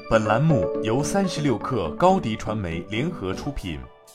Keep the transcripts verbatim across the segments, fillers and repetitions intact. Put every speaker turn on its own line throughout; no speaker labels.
本栏目由三十六氪高迪传媒联合出品。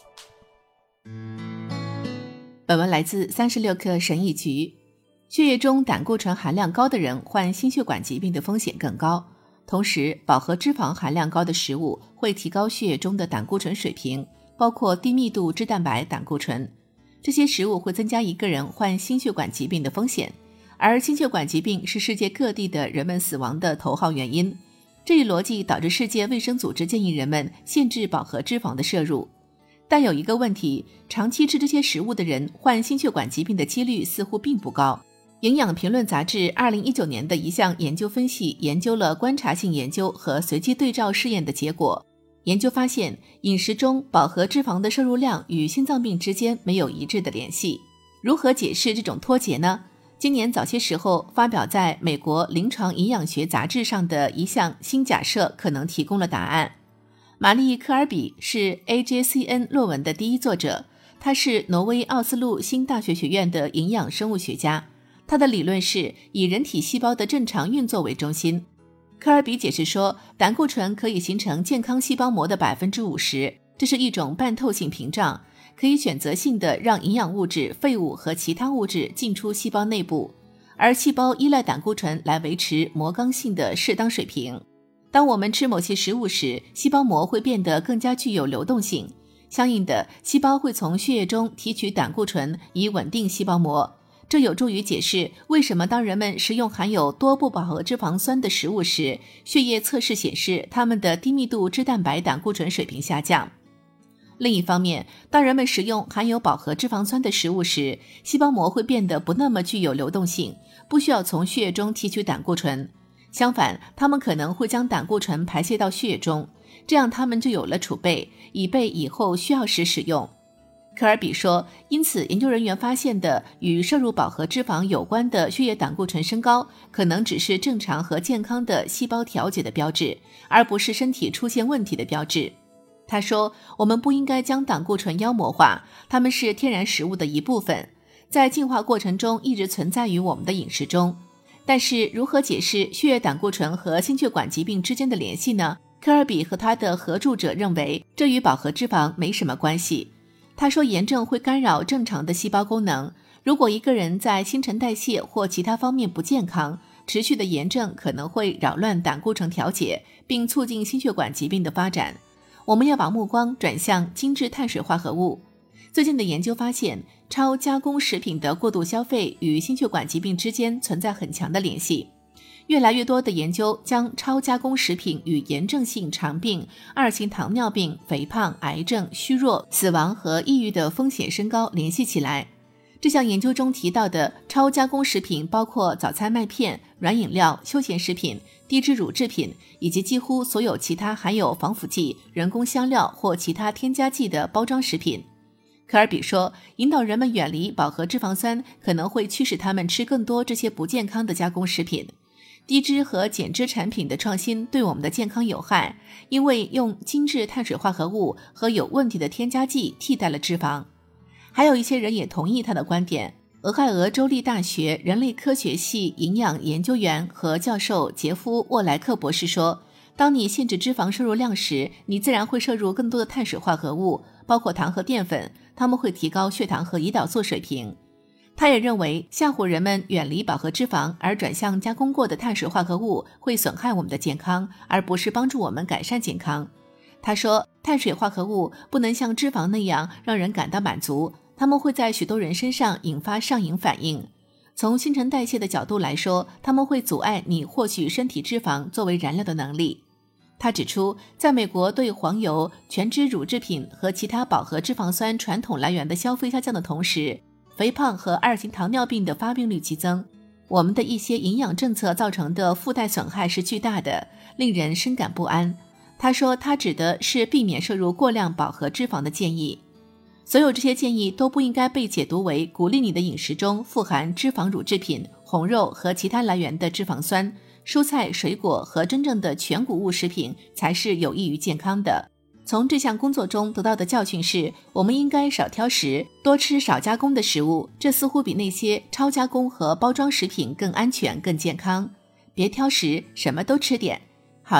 本文来自三十六氪神医局。血液中胆固醇含量高的人患心血管疾病的风险更高，同时饱和脂肪含量高的食物会提高血液中的胆固醇水平，包括低密度脂蛋白胆固醇。这些食物会增加一个人患心血管疾病的风险，而心血管疾病是世界各地的人们死亡的头号原因。这一逻辑导致世界卫生组织建议人们限制饱和脂肪的摄入。但有一个问题，长期吃这些食物的人患心血管疾病的几率似乎并不高。营养评论杂志二零一九年的一项研究分析研究了观察性研究和随机对照试验的结果。研究发现，饮食中饱和脂肪的摄入量与心脏病之间没有一致的联系。如何解释这种脱节呢？今年早些时候发表在美国临床营养学杂志上的一项新假设可能提供了答案。玛丽·科尔比是 A J C N 论文的第一作者，他是挪威奥斯陆新大学学院的营养生物学家。他的理论是以人体细胞的正常运作为中心。科尔比解释说，胆固醇可以形成健康细胞膜的 百分之五十， 这是一种半透性屏障，可以选择性地让营养物质、废物和其他物质进出细胞内部，而细胞依赖胆固醇来维持膜刚性的适当水平。当我们吃某些食物时，细胞膜会变得更加具有流动性，相应的，细胞会从血液中提取胆固醇以稳定细胞膜。这有助于解释为什么当人们食用含有多不饱和脂肪酸的食物时，血液测试显示它们的低密度脂蛋白胆固醇水平下降。另一方面，当人们食用含有饱和脂肪酸的食物时，细胞膜会变得不那么具有流动性，不需要从血液中提取胆固醇。相反，它们可能会将胆固醇排泄到血液中，这样它们就有了储备，以备以后需要时使用。科尔比说，因此研究人员发现的与摄入饱和脂肪有关的血液胆固醇升高，可能只是正常和健康的细胞调节的标志，而不是身体出现问题的标志。他说，我们不应该将胆固醇妖魔化，它们是天然食物的一部分，在进化过程中一直存在于我们的饮食中。但是如何解释血液胆固醇和心血管疾病之间的联系呢？科尔比和他的合著者认为，这与饱和脂肪没什么关系。他说，炎症会干扰正常的细胞功能，如果一个人在新陈代谢或其他方面不健康，持续的炎症可能会扰乱胆固醇调节，并促进心血管疾病的发展。我们要把目光转向精致碳水化合物。最近的研究发现，超加工食品的过度消费与心血管疾病之间存在很强的联系。越来越多的研究将超加工食品与炎症性肠病、二型糖尿病、肥胖、癌症、虚弱、死亡和抑郁的风险升高联系起来。这项研究中提到的超加工食品包括早餐麦片、软饮料、休闲食品、低脂乳制品，以及几乎所有其他含有防腐剂、人工香料或其他添加剂的包装食品。科尔比说，引导人们远离饱和脂肪酸可能会驱使他们吃更多这些不健康的加工食品。低脂和减脂产品的创新对我们的健康有害，因为用精致碳水化合物和有问题的添加剂替代了脂肪。还有一些人也同意他的观点。俄亥俄州立大学人类科学系营养研究员和教授杰夫·沃莱克博士说，当你限制脂肪摄入量时，你自然会摄入更多的碳水化合物，包括糖和淀粉，它们会提高血糖和胰岛素水平。他也认为，吓唬人们远离饱和脂肪而转向加工过的碳水化合物会损害我们的健康，而不是帮助我们改善健康。他说，碳水化合物不能像脂肪那样让人感到满足，它们会在许多人身上引发上瘾反应。从新陈代谢的角度来说，它们会阻碍你获取身体脂肪作为燃料的能力。他指出，在美国对黄油、全脂乳制品和其他饱和脂肪酸传统来源的消费下降的同时，肥胖和二型糖尿病的发病率激增。我们的一些营养政策造成的附带损害是巨大的，令人深感不安。他说，他指的是避免摄入过量饱和脂肪的建议。所有这些建议都不应该被解读为鼓励你的饮食中富含脂肪乳制品、红肉和其他来源的脂肪酸，蔬菜、水果和真正的全谷物食品才是有益于健康的。从这项工作中得到的教训是，我们应该少挑食，多吃少加工的食物，这似乎比那些超加工和包装食品更安全、更健康。别挑食，什么都吃点。好了，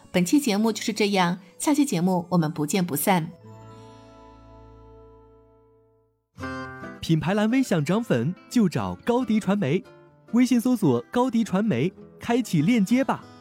本期节目就是这样，下期节目我们不见不散。
品牌蓝 V 想涨粉就找高迪传媒，微信搜索高迪传媒，开启链接吧。